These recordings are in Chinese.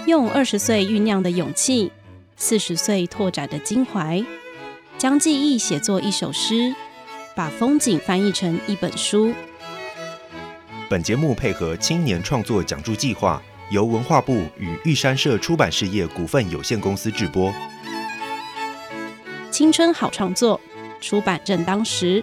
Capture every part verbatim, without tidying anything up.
用二十岁酝酿的勇气，四十岁拓展的襟怀，将记忆写作一首诗，把风景翻译成一本书。 本节目配合青年创作奖助计划，由文化部与玉山社出版事业股份有限公司制播。 青春好创作，出版正当时。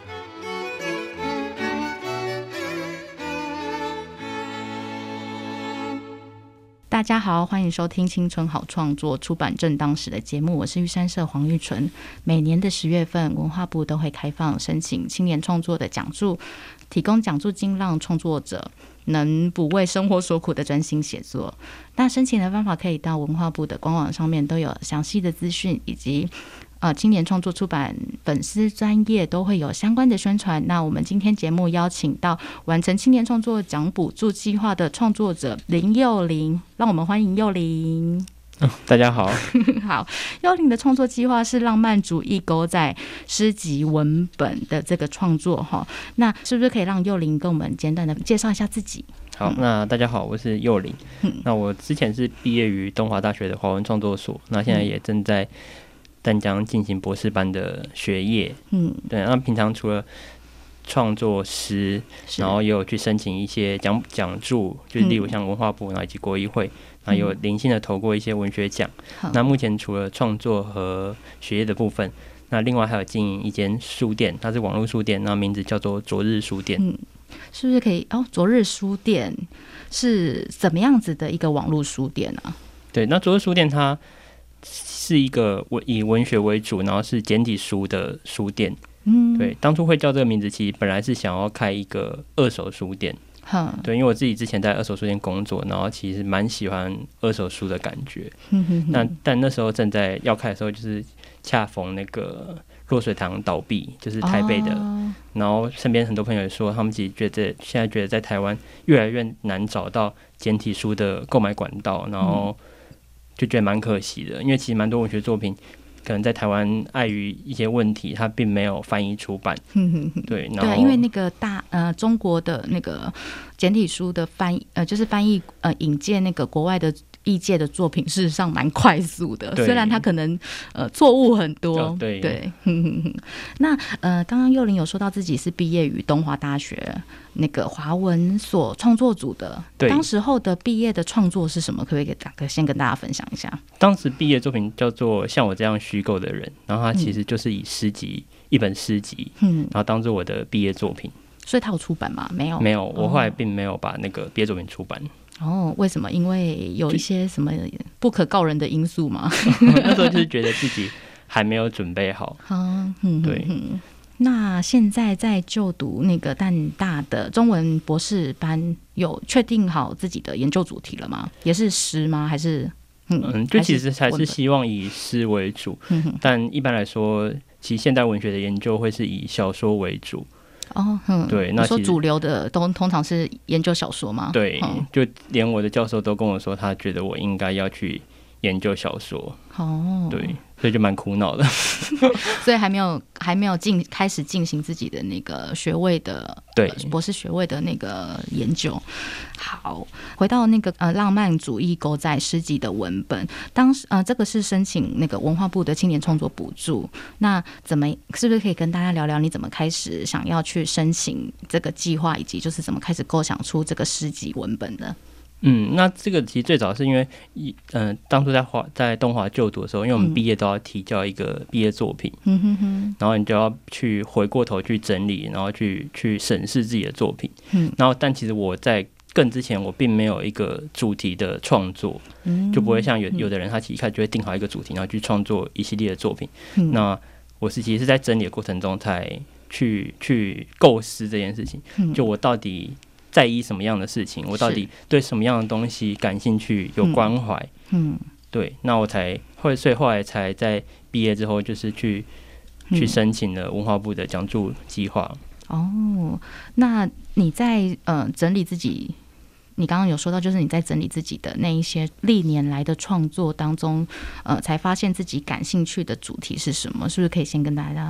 大家好，欢迎收听青春好创作出版正当时的节目，我是玉山社黄玉纯。每年的十月份，文化部都会开放申请青年创作的奖助，提供奖助金让创作者能不为生活所苦的专心写作。那申请的方法可以到文化部的官网上面都有详细的资讯，以及呃，青年创作出版粉丝专页都会有相关的宣传。那我们今天节目邀请到完成青年创作奖补助计划的创作者林幼霖，让我们欢迎幼霖。 哦、大家好。 好，幼霖的创作计划是浪漫主义勾在诗集文本的这个创作哈。那是不是可以让幼霖跟我们简单的介绍一下自己？ 好，那大家好，我是幼霖。嗯、那我之前是毕业于东华大学的华文创作所，那现在也正在淡江进行博士班的学业。嗯，对。那平常除了创作诗，然后也有去申请一些奖奖助，就是例如像文化部，然后以及国艺会，然后有零星的投过一些文学奖。嗯、那目前除了创作和学业的部分，那另外还有经营一间书店，它是网络书店，那名字叫做昨日书店。 嗯，是不是可以？哦，昨日书店是怎么样子的一个网络书店啊？ 对，那昨日书店它是一个以文学为主，然后是简体书的书店。嗯，对，当初会叫这个名字，其实本来是想要开一个二手书店。嗯、对，因为我自己之前在二手书店工作，然后其实蛮喜欢二手书的感觉。嗯、哼哼那但那时候正在要开的时候，就是恰逢那个落水堂倒闭，就是台北的。哦、然后身边很多朋友也说，他们其实觉得现在觉得在台湾越来越难找到简体书的购买管道，然后就觉得蛮可惜的，因为其实蛮多文学作品可能在台湾碍于一些问题，它并没有翻译出版。对，然后对，因为那个大呃中国的那个简体书的翻译呃就是翻译呃引荐那个国外的译介的作品，事实上蛮快速的，虽然它可能呃错误很多。 哦、对对，那呃刚刚幼霖有说到自己是毕业于东华大学那个华文所创作组的，对，当时候的毕业的创作是什么？可不可以给大哥先跟大家分享一下？ 当时毕业作品叫做《像我这样虚构的人》，然后它其实就是以诗集、嗯、一本诗集，嗯，然后当做我的毕业作品。 所以它有出版吗？没有， 没有，我后来并没有把那个毕业作品出版。 哦，为什么？因为有一些什么不可告人的因素吗？ 那时候就是觉得自己还没有准备好。嗯，对。 那现在在就读那个淡大的中文博士班，有确定好自己的研究主题了吗？也是诗吗？还是嗯嗯，就其实还是希望以诗为主，嗯、但一般来说，其实现代文学的研究会是以小说为主。 哦，嗯， 对，那说主流的都通常是研究小说吗？ 对，嗯、就连我的教授都跟我说，他觉得我应该要去研究小说。哦，对，所以就蛮苦恼的。 所以还没有还没有进开始进行自己的那个学位的对、呃、博士学位的那个研究。好，回到那个呃浪漫主义勾在诗集的文本，当时呃这个是申请那个文化部的青年创作补助，那怎么是不是可以跟大家聊聊你怎么开始想要去申请这个计划，以及就是怎么开始构想出这个诗集文本的？ 嗯，那这个其实最早是因为，嗯、呃，当初在华在东华就读的时候，因为我们毕业都要提交一个毕业作品，嗯哼哼，然后你就要去回过头去整理，然后去去审视自己的作品，嗯，然后但其实我在更之前我并没有一个主题的创作，嗯，就不会像有有的人他其实一开始就会定好一个主题，然后去创作一系列的作品，嗯，那我是其实是在整理的过程中才去去构思这件事情，嗯，就我到底在意什么样的事情，我到底对什么样的东西感兴趣有关怀，嗯，对，那我才会所以后来才在毕业之后就是去去申请了文化部的奖助计划。 哦，那你在呃整理自己，你刚刚有说到，就是你在整理自己的那一些历年来的创作当中，呃，才发现自己感兴趣的主题是什么？是不是可以先跟大家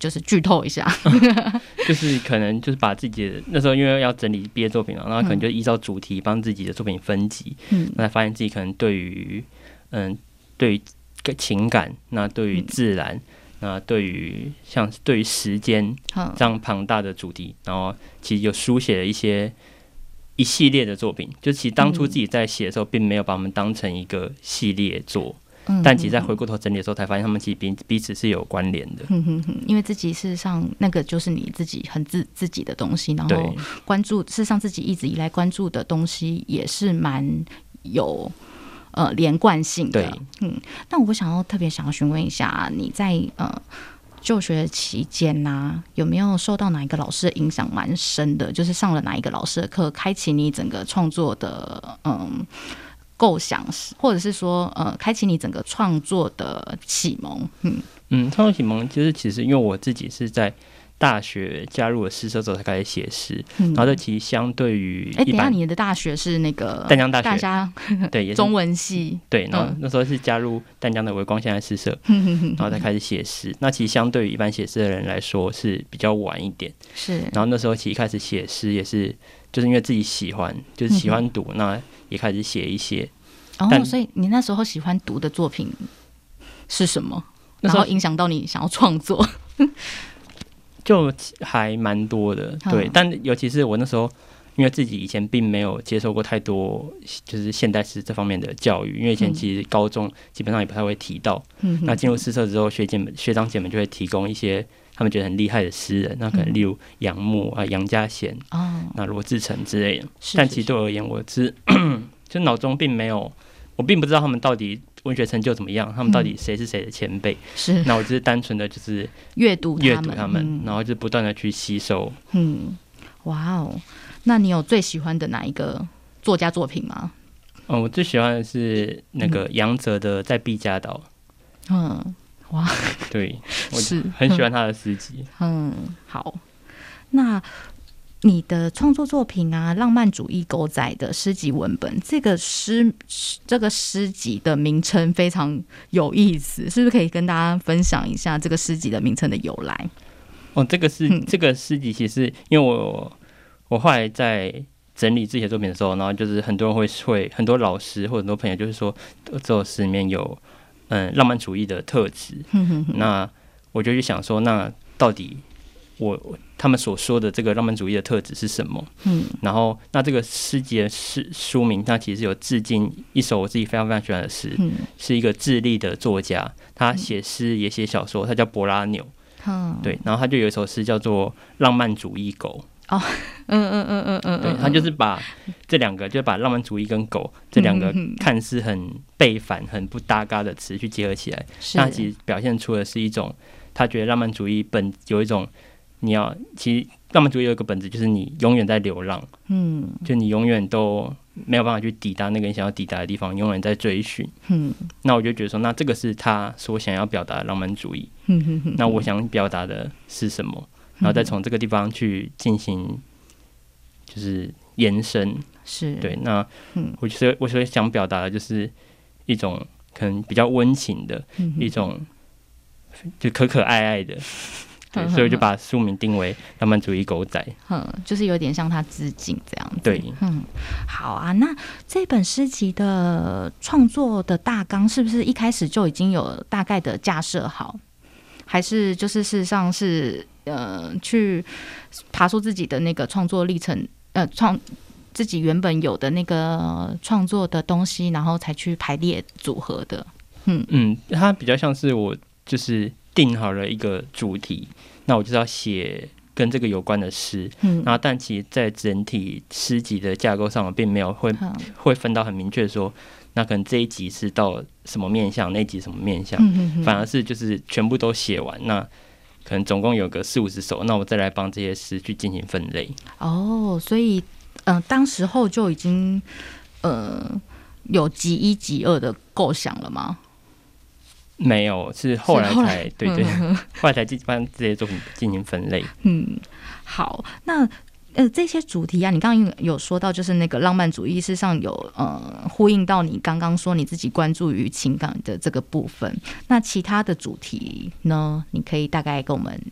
就是剧透一下。 就是可能就是把自己的那时候因为要整理毕业作品嘛，然后可能就依照主题帮自己的作品分级，嗯，那发现自己可能对于嗯对于情感，那对于自然，嗯、那对于像对于时间这样庞大的主题，然后其实有书写了一些一系列的作品，就其实当初自己在写的时候，并没有把他们当成一个系列作。嗯、但其实在回过头整理的时候，才发现他们其实 彼, 彼此是有关联的。 嗯哼哼，因为自己事实上那个就是你自己很自自己的东西，然后关注事实上自己一直以来关注的东西也是蛮有呃连贯性的。对，嗯，那我想要特别想要询问一下，你在呃就学期间啊，有没有受到哪一个老师的影响蛮深的？就是上了哪一个老师的课，开启你整个创作的嗯。构想，或者是说，呃，开启你整个创作的启蒙。嗯嗯，创作启蒙就是其实因为我自己是在大学加入了诗社之后才开始写诗，嗯、然后这其实相对于一般，哎、欸， 等一下你的大学是那个淡江大学， 大家对，也是中文系， 对，然后那时候是加入淡江的微光现代诗社，然后才开始写诗。那其实相对于一般写诗的人来说是比较晚一点，是。然后那时候其实开始写诗也是。就是因为自己喜欢，就是喜欢读，嗯、那也开始写一些。 哦，所以你那时候喜欢读的作品是什么？然后影响到你想要创作， 就还蛮多的。对，嗯、但尤其是我那时候，因为自己以前并没有接受过太多就是现代诗这方面的教育，因为以前其实高中基本上也不太会提到。嗯、那进入诗社之后，学姐们、学长姐们就会提供一些。他们觉得很厉害的诗人，那可能例如杨牧啊、杨家贤、哦、那罗志诚之类的。是是是，但其实对我而言，我是就脑中并没有，我并不知道他们到底文学成就怎么样，他们到底谁是谁的前辈。是，那我只是单纯的就是阅读阅读他们，嗯、然后就不断的去吸收。 嗯，哇哦，那你有最喜欢的哪一个作家作品吗？ 嗯，我最喜欢的是那个杨泽的《在毕加岛》。嗯。哇，对，我很喜欢他的诗集。 嗯，好，那你的创作作品啊，浪漫主义狗仔的诗集文本，这个诗这个诗集的名称非常有意思，是不是可以跟大家分享一下这个诗集的名称的由来？ 哦，这个诗、嗯、这个诗集其实因为我我后来在整理自己的作品的时候，然后就是很多人会会很多老师或者很多朋友就是说，这首诗里面有。嗯，浪漫主义的特质，那我就去想说，那到底我他们所说的这个浪漫主义的特质是什么？嗯，然后那这个诗集的诗书名，它其实有致敬一首我自己非常非常喜欢的诗，嗯、是一个智利的作家，他写诗也写小说，他叫博拉纽，嗯、对，然后他就有一首诗叫做《浪漫主义狗》。哦，嗯嗯嗯嗯嗯，对，他就是把这两个，就是把浪漫主义跟狗这两个看似很背反、很不搭嘎的词去结合起来，那其实表现出的是一种，他觉得浪漫主义本有一种，你要其实浪漫主义有一个本质就是你永远在流浪，嗯，就你永远都没有办法去抵达那个你想要抵达的地方，永远在追寻，嗯，那我就觉得说，那这个是他所想要表达的浪漫主义，嗯哼，那我想表达的是什么？然后再从这个地方去进行，就是延伸，是对。那我觉得我所想表达的就是一种可能比较温情的、嗯、一种，就可可爱爱的，对，所以我就把书名定为《浪漫主义狗仔》， 嗯，就是有点向他致敬这样子。 对， 嗯，好啊。那这本诗集的创作的大纲是不是一开始就已经有大概的架设好？还是就是事实上是呃去爬出自己的那个创作历程，呃创自己原本有的那个创作的东西，然后才去排列组合的。嗯嗯，它比较像是我就是定好了一个主题，那我就是要写跟这个有关的诗，嗯，然后但其实在整体诗集的架构上，我并没有会会分到很明确说。那可能这一集是到什么面向，那一集什么面向，嗯、哼哼反而是就是全部都写完，那可能总共有个四五十首，那我再来帮这些诗去进行分类。 哦，所以呃，当时候就已经呃有集一集二的构想了吗？ 没有，是后来才后来对对，嗯、后来才帮这些作品进行分类。 嗯，好，那。呃，这些主题啊，你刚刚有说到，就是那个浪漫主义，事实上有呃呼应到你刚刚说你自己关注于情感的这个部分。那其他的主题呢，你可以大概跟我们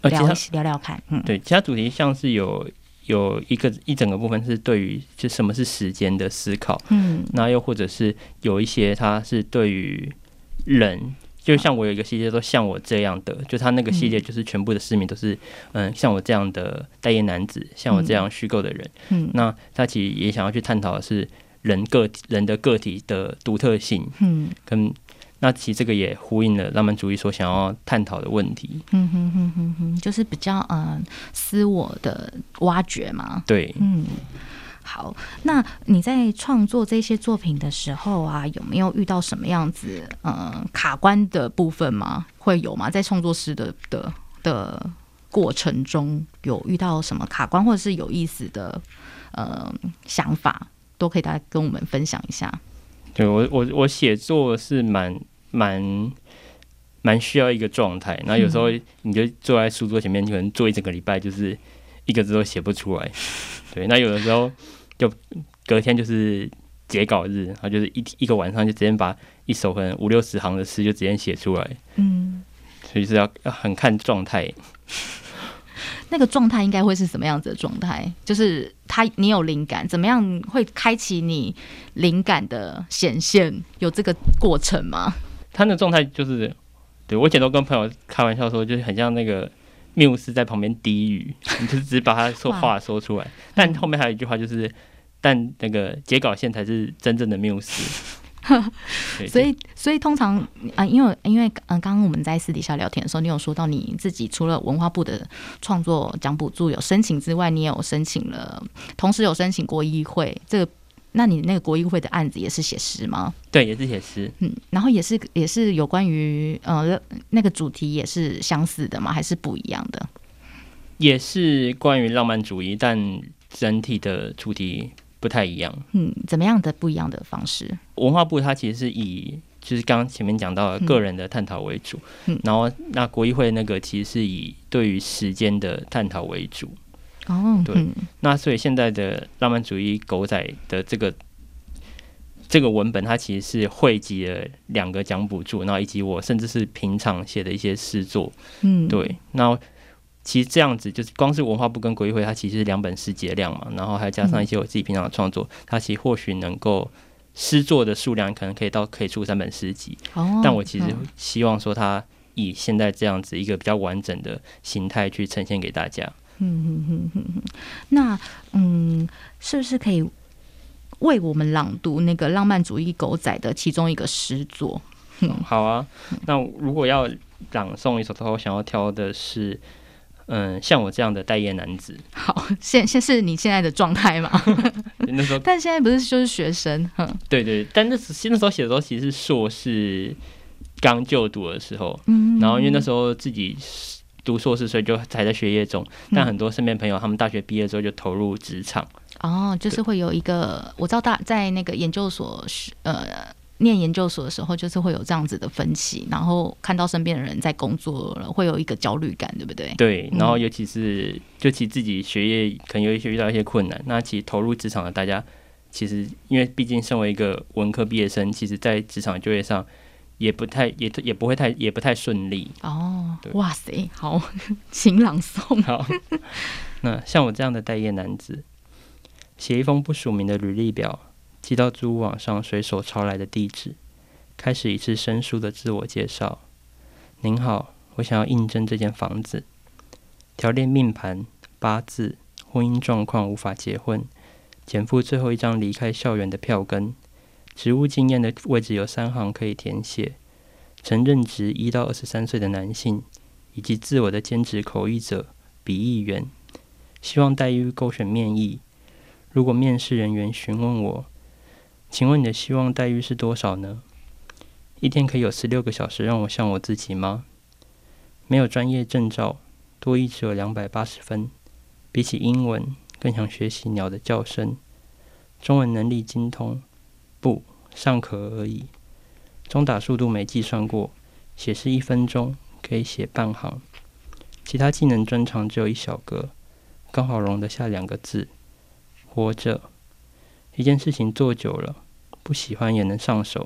聊聊聊看。嗯， 对，其他主题像是有有一个一整个部分是对于就什么是时间的思考，嗯，那又或者是有一些它是对于人。就像我有一个系列，都像我这样的，就他那个系列就是全部的市民都是，嗯，像我这样的待业男子，像我这样虚构的人，嗯，那他其实也想要去探讨的是人个体人的个体的独特性，嗯，跟那其实这个也呼应了浪漫主义所想要探讨的问题， 嗯哼哼哼哼，就是比较嗯私我的挖掘嘛， 对，嗯。 好，那你在创作这些作品的时候啊，有没有遇到什么样子呃卡关的部分吗？会有吗？在创作师的的的过程中，有遇到什么卡关，或者是有意思的呃想法，都可以大家跟我们分享一下。 对我我我写作是蛮蛮蛮需要一个状态，然后有时候你就坐在书桌前面，可能坐一整个礼拜，就是一个字都写不出来。对，那有的时候就隔天就是截稿日，然后就是一一个晚上就直接把一首可能五六十行的诗就直接写出来。嗯，所以是要要很看状态。 那个状态应该会是什么样子的状态？就是他你有灵感，怎么样会开启你灵感的显现？有这个过程吗？ 他那个状态就是，对我以前都跟朋友开玩笑说，就是很像那个。缪斯在旁边低语，你就只是把他说话说出来，但后面还有一句话就是，但那个截稿线才是真正的缪斯。 所以，所以通常啊、呃，因为因为嗯，刚刚我们在私底下聊天的时候，你有说到你自己除了文化部的创作奖补助有申请之外，你也有申请了，同时有申请国艺会这个。那你那个国艺会的案子也是写诗吗？ 对，也是写诗。 嗯，然后也是也是有关于呃那个主题也是相似的吗？还是不一样的？ 也是关于浪漫主义，但整体的主题不太一样。 嗯，怎么样的不一样的方式？ 文化部它其实是以就是刚刚前面讲到的个人的探讨为主，嗯，然后那国艺会那个其实是以对于时间的探讨为主。哦，对，嗯，那所以现在的浪漫主义狗仔的这个这个文本，它其实是汇集了两个奖补助，然后以及我甚至是平常写的一些诗作，嗯，对，那其实这样子就是光是文化部跟国艺会，它其实是两本诗集的量嘛，然后还加上一些我自己平常的创作，它其实或许能够诗作的数量可能可以到可以出三本诗集，哦，但我其实希望说它以现在这样子一个比较完整的形态去呈现给大家。 嗯哼哼哼哼，那嗯，是不是可以为我们朗读那个浪漫主义狗仔的其中一个诗作？ 嗯，好啊。那如果要朗诵一首的话，我想要挑的是，嗯，像我这样的待业男子。 好，现现是你现在的状态吗？ 那时候， 但现在不是就是学生？ 对对，但那时那时候写的时候，其实是硕士刚就读的时候，嗯，然后因为那时候自己。读硕士，所以就还在学业中，但很多身边朋友他们大学毕业之后就投入职场。 哦，就是会有一个，我知道大在那个研究所，呃，念研究所的时候，就是会有这样子的分歧，然后看到身边的人在工作了，会有一个焦虑感，对不对？ 对，然后尤其是，就其实自己学业可能有一些遇到一些困难，那其实投入职场的大家，其实因为毕竟身为一个文科毕业生，其实在职场就业上。也不太也也不会太也不太顺利哦。哇塞，好，请朗诵。 好，那像我这样的待业男子，写一封不署名的履历表，寄到租屋网上随手抄来的地址，开始一次生疏的自我介绍。您好，我想要应征这间房子。条列命盘、八字、婚姻状况无法结婚，减负最后一张离开校园的票根。职务经验的位置有三行可以填写，曾任职一到二十三岁的男性，以及自我的兼职口译者、笔译员。希望待遇勾选面议。如果面试人员询问我，请问你的希望待遇是多少呢？一天可以有十六个小时让我像我自己吗？没有专业证照，多益只有两百八十分，比起英文更想学习鸟的叫声。中文能力精通。不，尚可而已。中打速度没计算过，写诗一分钟可以写半行。其他技能专长只有一小格，刚好容得下两个字：活着。一件事情做久了，不喜欢也能上手。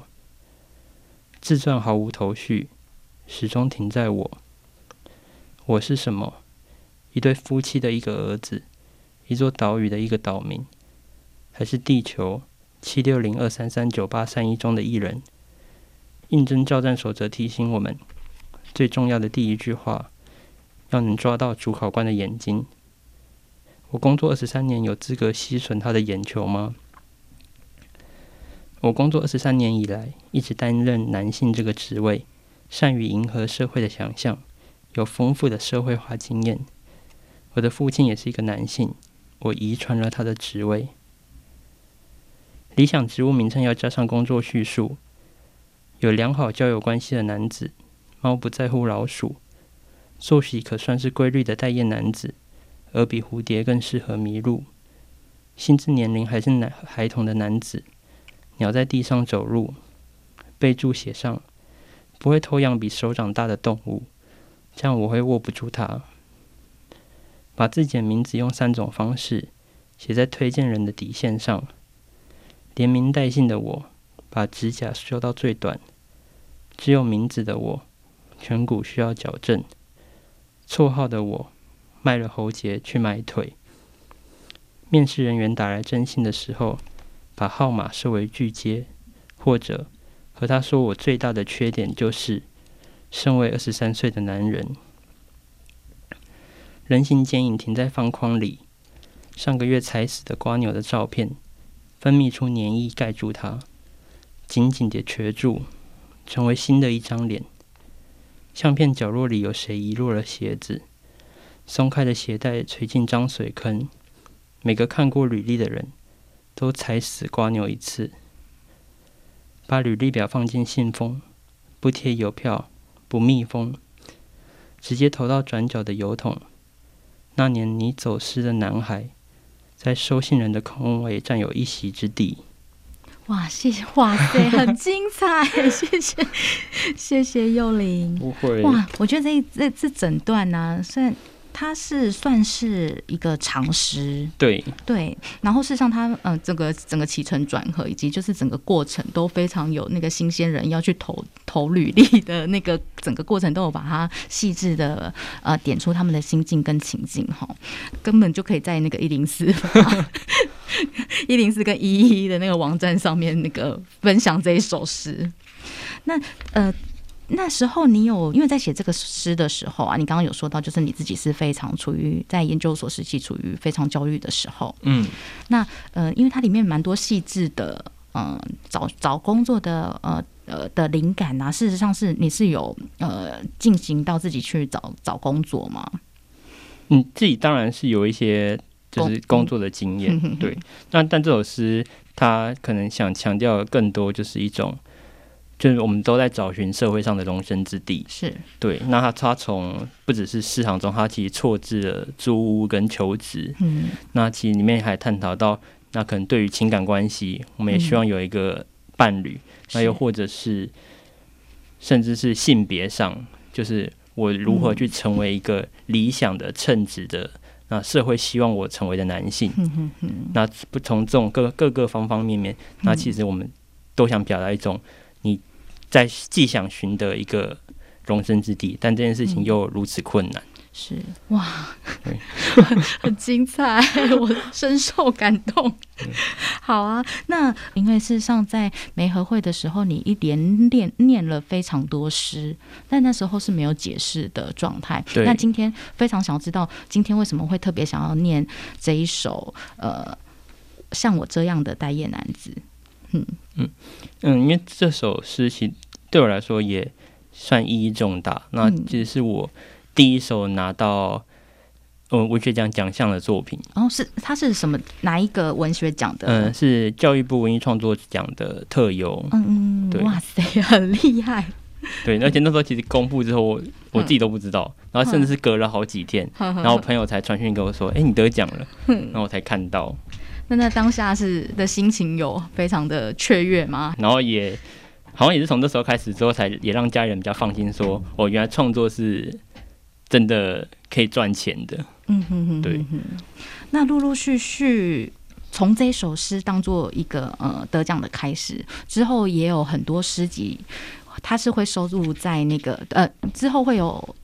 自传毫无头绪，始终停在我。我是什么？ 一对夫妻的一个儿子，一座岛屿的一个岛民，还是地球七六零二三三九八三一中的一人？应征教战守则提醒我们，最重要的第一句话，要能抓到主考官的眼睛。我工作二十三年，有资格吸吮他的眼球吗？我工作二十三年以来，一直担任男性这个职位，善于迎合社会的想象，有丰富的社会化经验。我的父亲也是一个男性，我遗传了他的职位。理想职务名称要加上工作叙述，有良好交友关系的男子，猫不在乎老鼠，作息可算是规律的待业男子，而比蝴蝶更适合迷路。心智年龄还是男孩童的男子，鸟在地上走路，备注写上不会偷养比手掌大的动物，这样我会握不住它。把自己的名字用三种方式写在推荐人的底线上。连名带姓的我，把指甲修到最短；只有名字的我，颧骨需要矫正；绰号的我，卖了喉结去买腿。面试人员打来征信的时候，把号码设为拒接，或者和他说我最大的缺点就是身为二十三岁的男人。人形剪影停在方框里，上个月踩死的瓜牛的照片分泌出粘液盖住它，紧紧地攫住，成为新的一张脸。相片角落里有谁遗落了鞋子，松开的鞋带垂进脏水坑。每个看过履历的人都踩死瓜牛一次。把履历表放进信封，不贴邮票，不密封，直接投到转角的邮筒。那年你走失的男孩，在收信人的空位占有一席之地。 哇，谢谢，哇塞，很精彩，谢谢，谢谢幼玲。 不会， 哇，我觉得这这这整段呢、啊，虽然它是算是一个长诗， 对对，然后事实上它呃整个整个起承转合以及就是整个过程都非常有那个新鲜人要去投投履历的那个整个过程都有把它细致的呃点出他们的心境跟情境哈，根本就可以在那个一零四一零四跟一一一的那个网站上面那个分享这一首诗。那呃。那时候你有因为在写这个诗的时候啊，你刚刚有说到，就是你自己是非常处于在研究所时期处于非常焦虑的时候，嗯，那呃，因为它里面蛮多细致的，嗯、呃，找找工作的呃呃的灵感啊，事实上是你是有呃进行到自己去找找工作吗？ 嗯，自己当然是有一些就是工作的经验，嗯、对，那但这首诗它可能想强调更多就是一种。就是我们都在找寻社会上的容身之地， 是对。那他他从不只是市场中，他其实错置了租屋跟求职，嗯，那其实里面还探讨到，那可能对于情感关系，我们也希望有一个伴侣，嗯、那又或者是甚至是性别上，就是我如何去成为一个理想的称职的，那社会希望我成为的男性，嗯哼哼那不从这种各各个方方面面，那其实我们都想表达一种。你在既想寻得一个容身之地，但这件事情又如此困难，嗯、 是哇，很精彩，我深受感动。嗯、好啊，那因为事实上在媒合会的时候，你一连念念了非常多诗，但那时候是没有解释的状态。那今天非常想要知道，今天为什么会特别想要念这一首呃，像我这样的待业男子。嗯嗯嗯，因为这首诗其实对我来说也算意义重大。那其实是我第一首拿到呃文学奖奖项的作品。 哦，是它是什么哪一个文学奖的？ 嗯，是教育部文艺创作奖的特优。 嗯嗯，哇塞，很厉害。 对，而且那时候其实公布之后，我我自己都不知道，然后甚至是隔了好几天，然后朋友才传讯跟我说：“哎、欸，你得奖了。”然后我才看到。 那那当下是的心情有非常的雀跃吗？ 然后也好像也是从这时候开始之后，才也让家人比较放心说，哦，原来创作是真的可以赚钱的。嗯哼哼，对。 那陆陆续续从这首诗当做一个呃得奖的开始之后，也有很多诗集。它是会收录在那个呃之后会有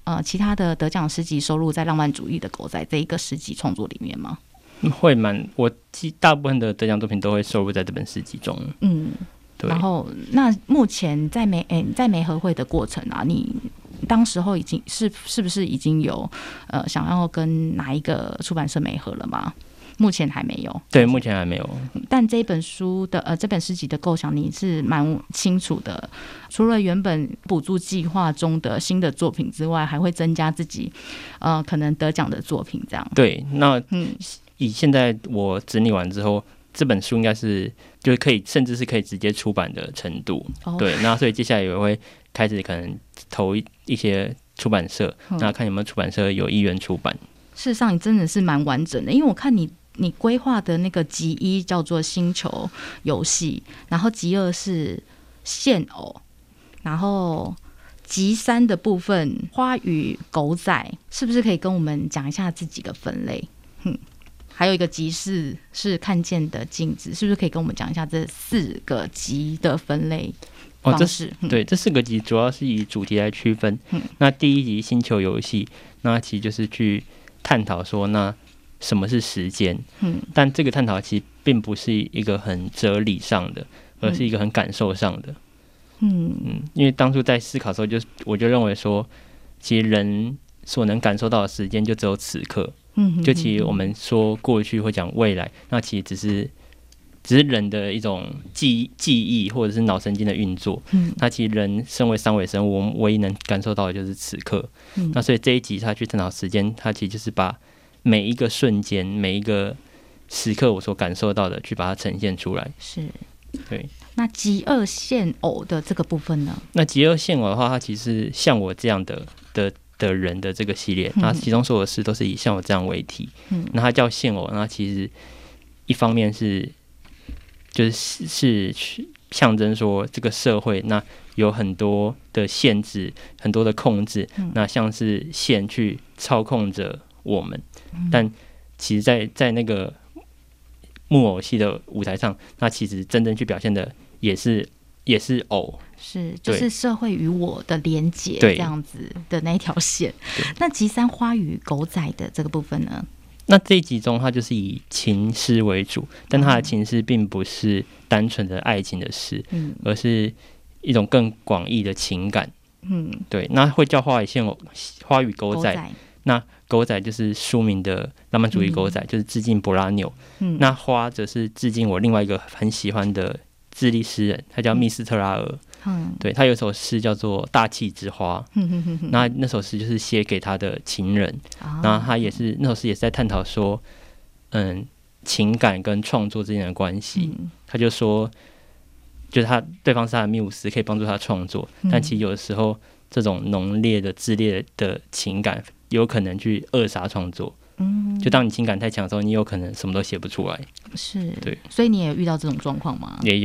呃其他的得奖诗集收录在浪漫主义的狗仔这一个诗集创作里面吗？ 会蛮，我大部分的得奖作品都会收录在这本诗集中。嗯，对。然后，那目前在媒诶、欸、在媒合会的过程啊，你当时候已经是是不是已经有呃想要跟哪一个出版社媒合了吗？目前还没有。 对，目前还没有。 但这本书的呃这本诗集的构想你是蛮清楚的，除了原本补助计划中的新的作品之外，还会增加自己呃可能得奖的作品这样。 对，那嗯。以现在我整理完之后，这本书应该是就是可以，甚至是可以直接出版的程度。Oh. 对，那所以接下来也会开始可能投一些出版社，嗯、那看有没有出版社有意愿出版。 事实上，你真的是蛮完整的，因为我看你你规划的那个集一叫做星球游戏，然后集二是现偶，然后集三的部分花与狗仔，是不是可以跟我们讲一下这几个分类？嗯。还有一个集四是看见的镜子，是不是可以跟我们讲一下这四个集的分类方式？ 哦、这对，这四个集主要是以主题来区分。嗯、那第一集星球游戏，那其实就是去探讨说，那什么是时间？嗯，但这个探讨其实并不是一个很哲理上的，而是一个很感受上的。嗯嗯，因为当初在思考的时候就，就我就认为说，其实人所能感受到的时间就只有此刻。就其实我们说过去会讲未来，那其实只是只是人的一种记记忆或者是脑神经的运作。嗯，那其实人身为三维生物，我们唯一能感受到的就是此刻。嗯，那所以这一集他去探讨时间，他其实就是把每一个瞬间、每一个时刻我所感受到的，去把它呈现出来。 是， 对。 那极恶现偶的这个部分呢？ 那极恶现偶的话，它其实像我这样的的。的人的这个系列，那其中所有的诗都是以像我这样为题。嗯，那它叫现偶，那其实一方面是就是是象征说这个社会那有很多的限制，很多的控制，嗯、那像是线去操控着我们，嗯、但其实在，在在那个木偶戏的舞台上，那其实真正去表现的也是也是偶。 是，就是社会与我的连结这样子的那一条线。那集三花与狗仔的这个部分呢？ 那这一集中，它就是以情诗为主，但它的情诗并不是单纯的爱情的诗，嗯、而是一种更广义的情感。嗯，对。那会叫花与现偶，花与狗仔。狗仔那狗仔就是书名的浪漫主义狗仔，嗯、就是致敬柏拉纽。嗯，那花则是致敬我另外一个很喜欢的智利诗人，他叫密斯特拉尔。嗯，对，他有一首诗叫做《大气之花》，嗯、那那首诗就是写给他的情人，哦、然后他也是那首诗也是在探讨说，嗯，情感跟创作之间的关系。嗯、他就说，就是他对方是他的缪斯，可以帮助他创作，嗯、但其实有的时候这种浓烈的炽烈的情感有可能去扼杀创作。嗯，就当你情感太强的时候，你有可能什么都写不出来。 是， 对， 所以你也有遇到这种状况吗？ 也有。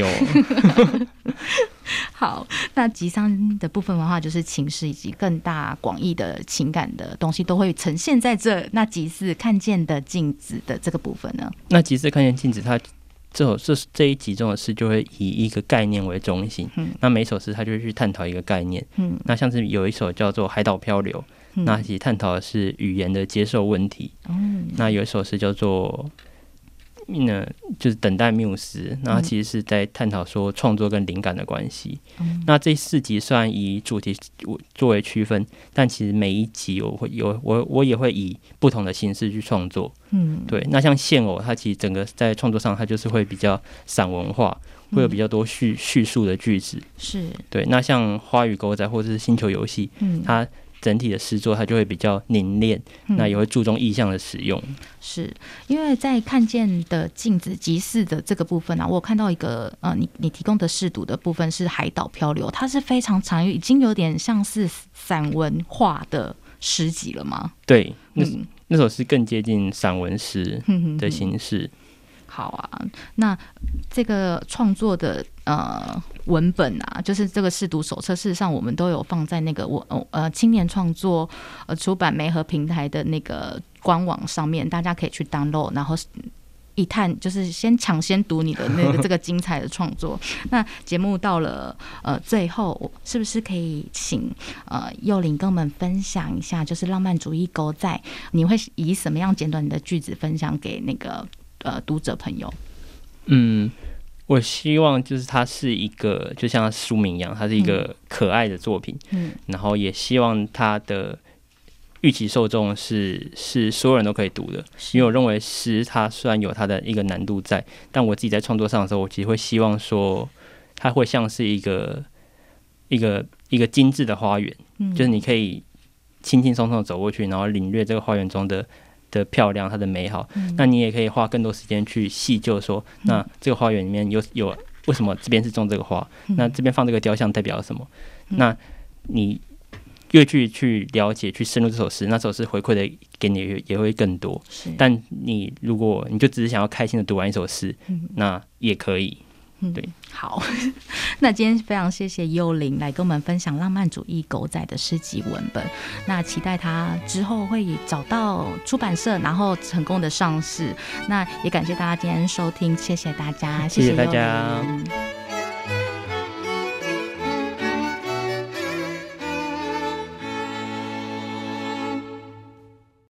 好，那集三的部分的话，就是情诗以及更大广义的情感的东西都会呈现在这。那集四看见的镜子的这个部分呢？ 那集四看见镜子，它这首这这一集中的诗就会以一个概念为中心。嗯，那每首诗它就会去探讨一个概念。嗯，那像是有一首叫做《海岛漂流》，嗯、那其实探讨的是语言的接受问题。嗯，那有一首诗叫做。呢，就是等待缪斯，那其实是在探讨说创作跟灵感的关系。嗯、那这四集虽然以主题作为区分，但其实每一集我会有我我也会以不同的形式去创作。嗯，对。那像现偶，它其实整个在创作上，它就是会比较散文化，会有比较多叙叙述的句子。 是， 对。那像花与狗仔或者是星球游戏，嗯、它整体的诗作它就会比较凝练，嗯、那也会注重意象的使用。 是因为在看见的镜子集四的这个部分啊，我有看到一个呃，你你提供的试读的部分是海岛漂流，它是非常长，已经有点像是散文化的诗集了吗？ 对，那、嗯、那首诗更接近散文诗的形式。嗯好啊，那这个创作的呃文本啊，就是这个试读手册，事实上我们都有放在那个我呃青年创作呃出版媒合平台的那个官网上面，大家可以去 download， 然后一探，就是先抢先读你的那个这个精彩的创作。那节目到了呃最后，是不是可以请呃幼霖跟我们分享一下，就是浪漫主义狗仔，你会以什么样简短的句子分享给那个呃读者朋友？ 嗯，我希望就是它是一个就像书名一样，它是一个可爱的作品，嗯，然后也希望它的预期受众是是所有人都可以读的，因为我认为诗它虽然有它的一个难度在，但我自己在创作上的时候，我其实会希望说，它会像是一个一个一个精致的花园，嗯，就是你可以轻轻松松的走过去，然后领略这个花园中的的漂亮，它的美好，嗯。那你也可以花更多时间去细究说，那这个花园里面有有为什么这边是种这个花，嗯，那这边放这个雕像代表什么？嗯，那你越去去了解、去深入这首诗，那首诗回馈的给你也会更多。但你如果你就只是想要开心的读完一首诗，嗯，那也可以。对， 嗯，好，那今天非常谢谢幼霖来跟我们分享浪漫主义狗仔的诗集文本。那期待他之后会找到出版社，然后成功的上市。那也感谢大家今天收听，谢谢大家， 谢谢大家。